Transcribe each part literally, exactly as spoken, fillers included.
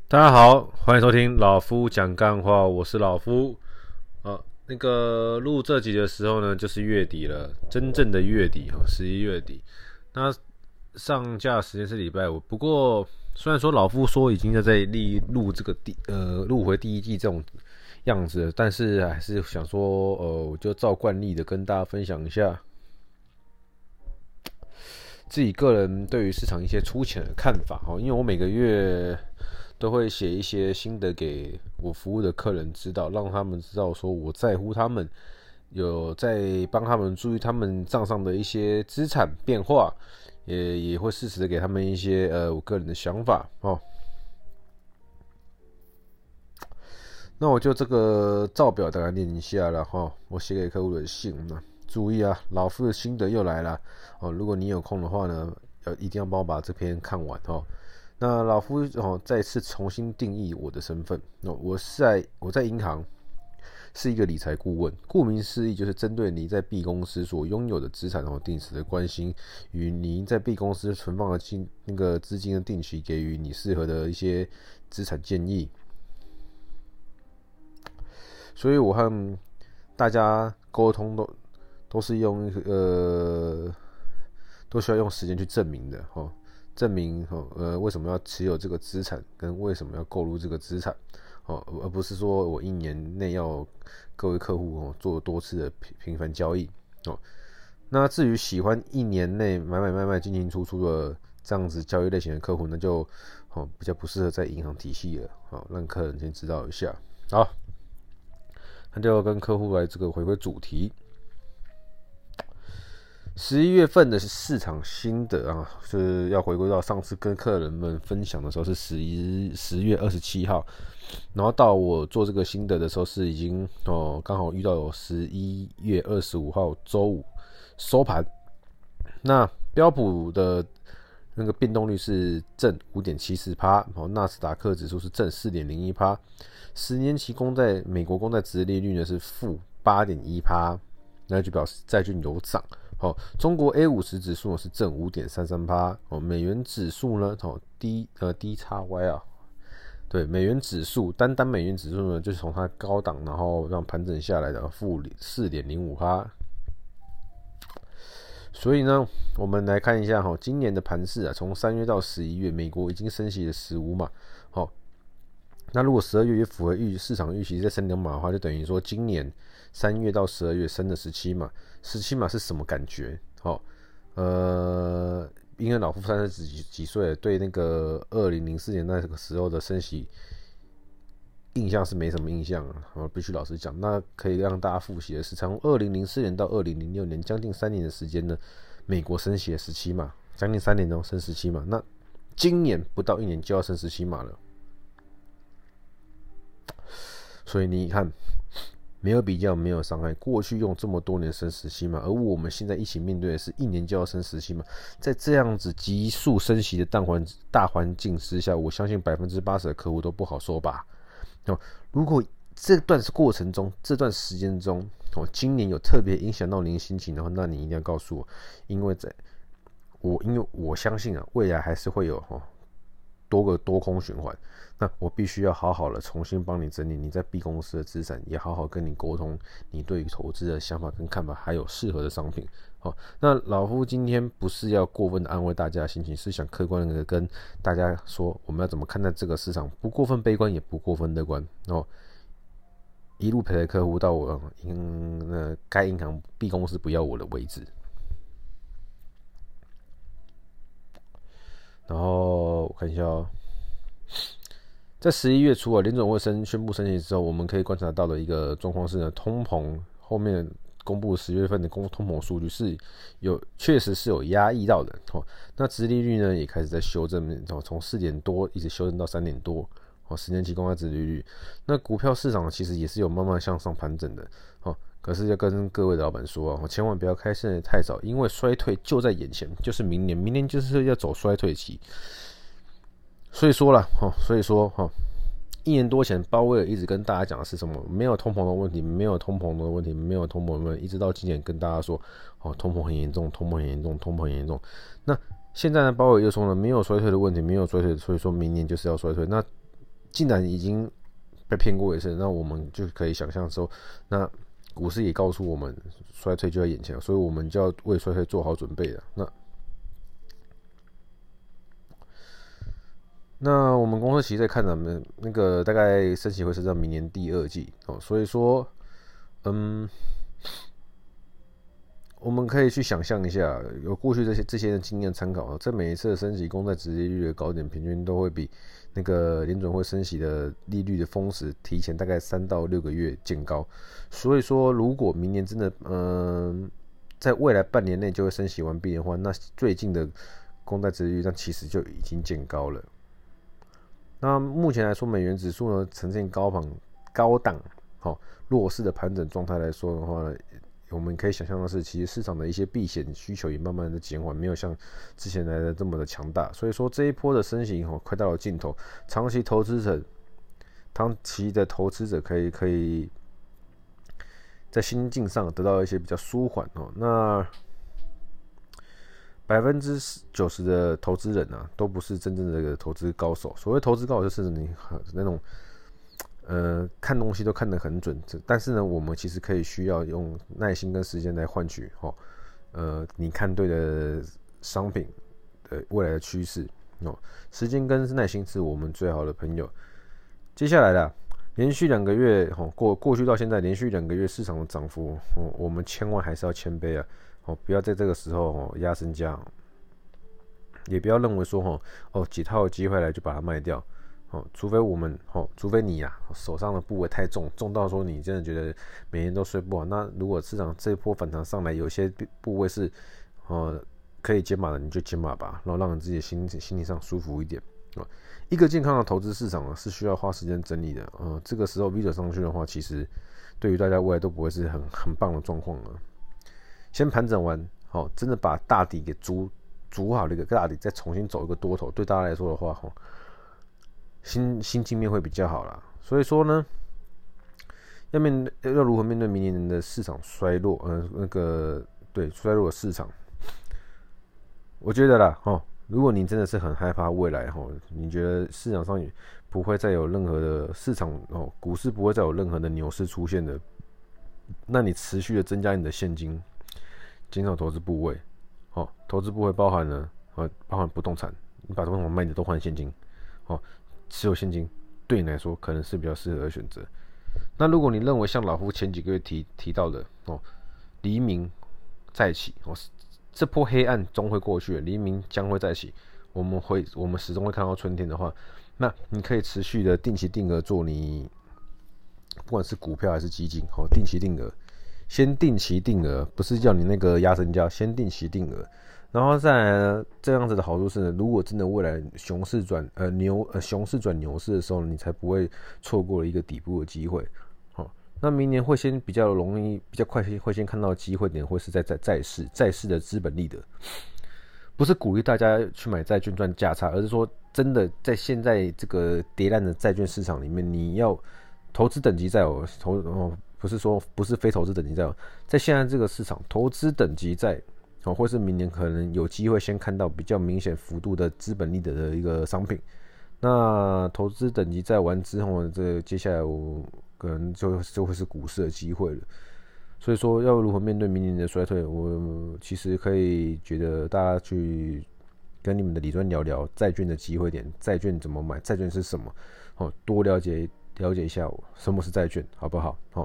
大家好，欢迎收听老夫讲干话，我是老夫。呃，那个录这集的时候呢，就是月底了，真正的月底哈，十一月底。那上架时间是礼拜五，不过虽然说老夫说已经在在录这个第呃录回第一季这种样子了，但是还是想说，呃，我就照惯例的跟大家分享一下自己个人对于市场一些粗浅的看法哈，因为我每个月都会写一些心得给我服务的客人知道，让他们知道说我在乎他们，有在帮他们注意他们账上的一些资产变化，也也会适时的给他们一些呃我个人的想法哦。那我就这个照表大概念一下了哈，我写给客户的信呢，注意啊，老夫的心得又来了哦。如果你有空的话呢，要一定要帮我把这篇看完哦。那老夫哦，再次重新定义我的身份。哦，我是在我在银行是一个理财顾问，顾名思义就是针对你在 B 公司所拥有的资产哦，定时的关心与你在 B 公司存放的金那个资金的定期给予你适合的一些资产建议。所以我和大家沟通都都是用呃都需要用时间去证明的哦。证明呃为什么要持有这个资产，跟为什么要购入这个资产哦，而不是说我一年内要各位客户哦做多次的频繁交易哦。那至于喜欢一年内买买卖卖进进出出的这样子交易类型的客户，那就哦比较不适合在银行体系了，好让客人先知道一下。好，那就跟客户来这个回归主题。十一月份的市场心得啊，是要回归到上次跟客人们分享的时候是十一十月二十七号，然后到我做这个心得的时候是已经哦刚好遇到有十一月二十五号周五收盘。那标普的那个变动率是正 五点七四%， 好，纳斯达克指数是正 四点零一%， 十年期公债美国公债殖利率呢是负 八点一%， 那就表示债券有涨。好，中国 A 五十 指数呢是正 五点三三%， 哦，美元指数呢，哦 D 呃 D X Y 啊，对，美元指数单单美元指数呢，就是从它高档然后让盘整下来的负 四点零五%。所以呢，我们来看一下哈，今年的盘势啊，从三月到十一月，美国已经升息了十五码，好，那如果十二月也符合预市场预期再升两码的话，就等于说今年三月到十二月升了十七码，十七码是什么感觉？好，呃，因为老夫三十几几岁了，对那个二零零四年那个时候的升息印象是没什么印象啊，我必须老实讲。那可以让大家复习的是，从二零零四年到二零零六年，将近三年的时间呢，美国升息了十七码，将近三年哦，升十七码。那今年不到一年就要升十七码了。所以你看，没有比较，没有伤害。过去用这么多年升十七码，而我们现在一起面对的是一年就要升十七码。在这样子急速升息的大环大环境之下，我相信百分之八十的客户都不好说吧。哦，如果这段过程中，这段时间中，哦，今年有特别影响到您心情的话，那你一定要告诉我，因为在我因为我相信啊，未来还是会有哦多个多空循环。那我必须要好好的重新帮你整理你在 B 公司的资产，也好好跟你沟通你对于投资的想法跟看法，还有适合的商品。好，那老夫今天不是要过分的安慰大家的心情，是想客观的跟大家说，我们要怎么看待这个市场，不过分悲观，也不过分乐观。哦，一路陪着客户到我银呃该银行 B 公司不要我的为止。然后我看一下哦。在十一月初啊，联准会宣布升息之后，我们可以观察到的一个状况是呢，通膨后面公布十月份的通膨数据是有确实是有压抑到的哦。那殖利率呢也开始在修正哦，从四点多一直修正到三点多哦，十年期公债殖利率。那股票市场其实也是有慢慢向上盘整的哦。可是要跟各位的老板说啊，千万不要开升得太早，因为衰退就在眼前，就是明年，明年就是要走衰退期。所以说啦，所以说一年多前鲍威尔一直跟大家讲的是什么？没有通膨的问题，没有通膨的问题，没有通膨的问题，一直到今年跟大家说，哦，通膨很严重，通膨很严重，通膨很严重。那现在呢，鲍威尔又说了，没有衰退的问题，没有衰退，所以说明年就是要衰退。那竟然已经被骗过一次，那我们就可以想象说，那股市也告诉我们衰退就在眼前，所以我们就要为衰退做好准备了。那那我们公司其实在看咱们那个大概升息会是在明年第二季哦，所以说，嗯，我们可以去想象一下，有过去这些这些的经验参考，在每一次的升息，公债殖利率的高点平均都会比那个联准会升息的利率的峰值提前大概三到六个月见高。所以说，如果明年真的，嗯，在未来半年内就会升息完毕的话，那最近的公债殖利率那其实就已经见高了。那目前来说，美元指数呢呈现高档、高档、好弱势的盘整状态来说的话呢，我们可以想象的是，其实市场的一些避险需求也慢慢的减缓，没有像之前来的这么的强大。所以说这一波的升息哦，快到了尽头，长期投资者、长期的投资者可以可以在心境上得到一些比较舒缓哦。那百分之九十的投资人啊，都不是真正的投资高手。所谓投资高手，就是你那种呃看东西都看得很准，但是呢，我们其实可以需要用耐心跟时间来换取哦，呃，你看对的商品的未来的趋势哦。时间跟耐心是我们最好的朋友。接下来啦，连续两个月哦，过过去到现在连续两个月市场的涨幅哦，我们千万还是要谦卑啊。哦，不要在这个时候哦压身价，也不要认为说哦哦几套机会来就把它卖掉哦，除非我们哦，除非你啊手上的部位太重，重到说你真的觉得每天都睡不好。那如果市场这一波反弹上来，有些部位是哦可以减码的，你就减码吧，然后让你自己心心理上舒服一点哦。一个健康的投资市场是需要花时间整理的，呃，这个时候 V 转上去的话，其实对于大家未来都不会是很很棒的状况了。先盘整完，好，真的把大底给筑筑好了一个大底，再重新走一个多头，对大家来说的话，哈，心心境面会比较好啦。所以说呢，要面要如何面对明年的市场衰落，呃，那个对衰落的市场，我觉得啦，哈，如果你真的是很害怕未来，哈，你觉得市场上不会再有任何的市场哦，股市不会再有任何的牛市出现的，那你持续的增加你的现金。减少投资部位，哦，投资部位包含了呃，包含不动产，你把不动产卖的都换现金，哦，持有现金对你来说可能是比较适合的选择。那如果你认为像老夫前几个月提提到的哦，黎明再起哦，这波黑暗终会过去，黎明将会再起，我们会我们始终会看到春天的话，那你可以持续的定期定额做你，不管是股票还是基金，哦，定期定额。先定期定额，不是叫你那个压身价，先定期定额，然后再来呢，这样子的好处是呢，如果真的未来熊市转呃牛呃熊市转牛市的时候，你才不会错过了一个底部的机会。好，那明年会先比较容易、比较快会先看到机会点，会是在在债市债市的资本利得，不是鼓励大家去买债券赚价差，而是说真的在现在这个跌烂的债券市场里面，你要投资等级债哦，投哦。不是说不是非投资等级债，在现在这个市场，投资等级债哦，或是明年可能有机会先看到比较明显幅度的资本利得的一个商品。那投资等级债完之后，这接下来我可能就就会是股市的机会了。所以说，要如何面对明年的衰退，我其实可以觉得大家去跟你们的理专聊聊债券的机会点，债券怎么买，债券是什么，哦，多了解了解一下我什么是债券，好不好？好。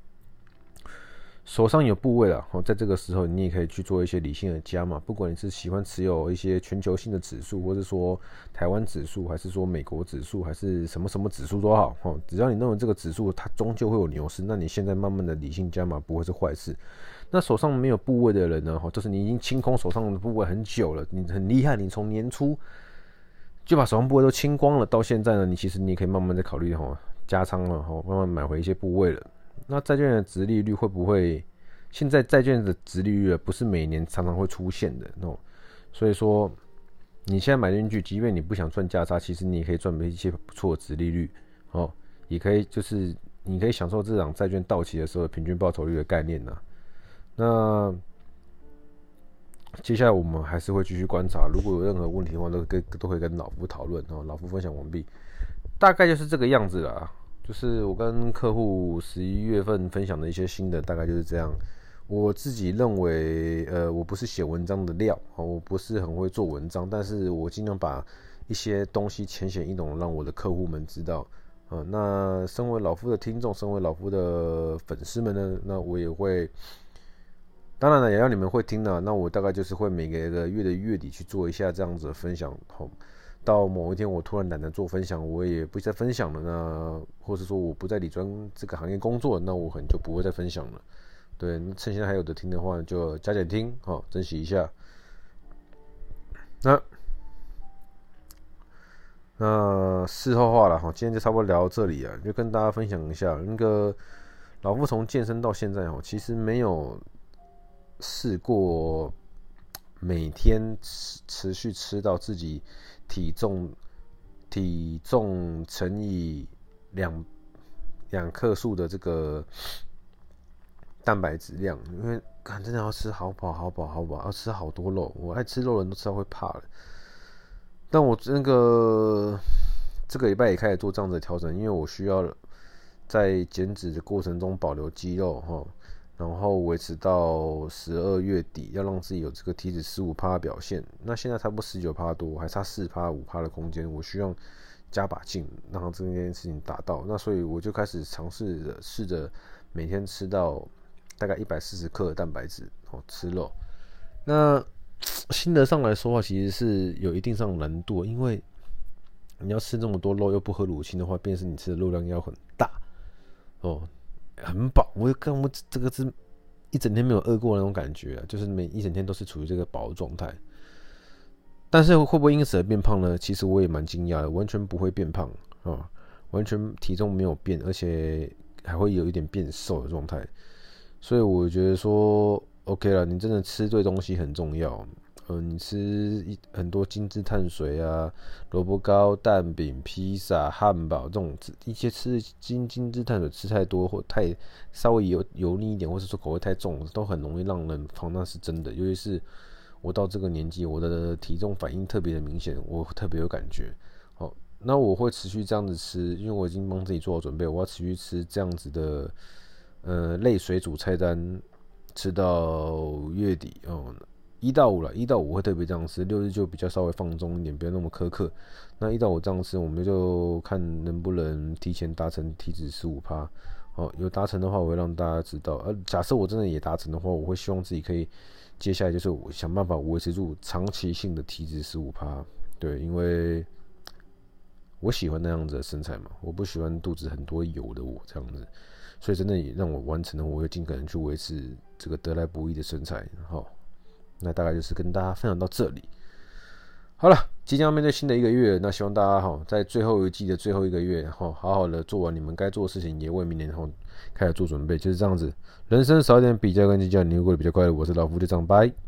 手上有部位了，在这个时候你也可以去做一些理性的加码。不管你是喜欢持有一些全球性的指数，或是说台湾指数，还是说美国指数，还是什么什么指数都好，只要你认为这个指数它终究会有牛市，那你现在慢慢的理性加码不会是坏事。那手上没有部位的人呢，就是你已经清空手上的部位很久了，你很厉害，你从年初就把手上部位都清光了，到现在呢，你其实你也可以慢慢的考虑加仓了，慢慢买回一些部位了。那债券的殖利率会不会？现在债券的殖利率不是每年常常会出现的，哦，所以说你现在买进去，即便你不想赚价差，其实你也可以赚一些不错的殖利率，哦，也可以就是你可以享受这档债券到期的时候的平均报酬率的概念呐。那接下来我们还是会继续观察，如果有任何问题的话，都跟都可以跟老夫讨论哦。老夫分享完毕。 大概就是这个样子啦。就是我跟客户十一月份分享的一些心得，大概就是这样。我自己认为，呃，我不是写文章的料，我不是很会做文章，但是我尽量把一些东西浅显易懂，让我的客户们知道。呃，那身为老夫的听众，身为老夫的粉丝们呢，那我也会，当然了，也要你们会听的。那我大概就是会每个月的月底去做一下这样子的分享，吼。到某一天我突然懒得做分享，我也不再分享了，那或者说我不在理专这个行业工作，那我可能就不会再分享了。对，趁现在还有的听的话，就加减听，好，珍惜一下。那那事后话了哈，今天就差不多聊到这里啊，就跟大家分享一下，那个老夫从健身到现在哈，其实没有试过每天持持续吃到自己体重体重乘以两两克数的这个蛋白质量，因为看真的要吃好饱好饱好饱，要吃好多肉，我爱吃肉的人都知道会怕了。但我那个这个礼拜也开始做这样子的调整，因为我需要在减脂的过程中保留肌肉哈。然后维持到十二月底，要让自己有这个体脂 百分之十五 的表现。那现在差不多 百分之十九 多，还差 百分之四、百分之五 的空间，我需要加把劲，让这件事情达到。那所以我就开始尝试着试着每天吃到大概一百四十克的蛋白质，哦，吃肉。那心得上来说的话，其实是有一定上的难度，因为你要吃这么多肉又不喝乳清的话，便是你吃的肉量要很大哦。很饱，我跟我这个是一整天没有饿过那种感觉啊，就是每一整天都是处于这个饱的状态。但是会不会因此而变胖呢？其实我也蛮惊讶的，完全不会变胖啊，完全体重没有变，而且还会有一点变瘦的状态。所以我觉得说 ，OK 了，你真的吃对东西很重要。呃，你吃很多精致碳水啊，萝卜糕、蛋饼、披萨、汉堡这种一些吃精精致碳水吃太多或太稍微油油腻一点，或是说口味太重，都很容易让人胖，那是真的。尤其是我到这个年纪，我的体重反应特别的明显，我特别有感觉。好，那我会持续这样子吃，因为我已经帮自己做好准备，我要持续吃这样子的呃类水煮菜单，吃到月底哦。一到五了，一到五会特别这样吃，六日就比较稍微放纵一点，不要那么苛刻。那一到五这样吃，我们就看能不能提前达成体脂 百分之十五。好，有达成的话，我会让大家知道。而假设我真的也达成的话，我会希望自己可以接下来就是我想办法维持住长期性的体脂 百分之十五。对，因为我喜欢那样子的身材嘛，我不喜欢肚子很多油的我这样子，所以真的也让我完成了，我会尽可能去维持这个得来不易的身材。好。那大概就是跟大家分享到这里。好了，即将要面对新的一个月，那希望大家哈在最后一季的最后一个月哈，好好的做完你们该做的事情，也为明年后开始做准备，就是这样子。人生少一点比较跟计较，你会过得比较快乐。我是老夫，就这样，拜。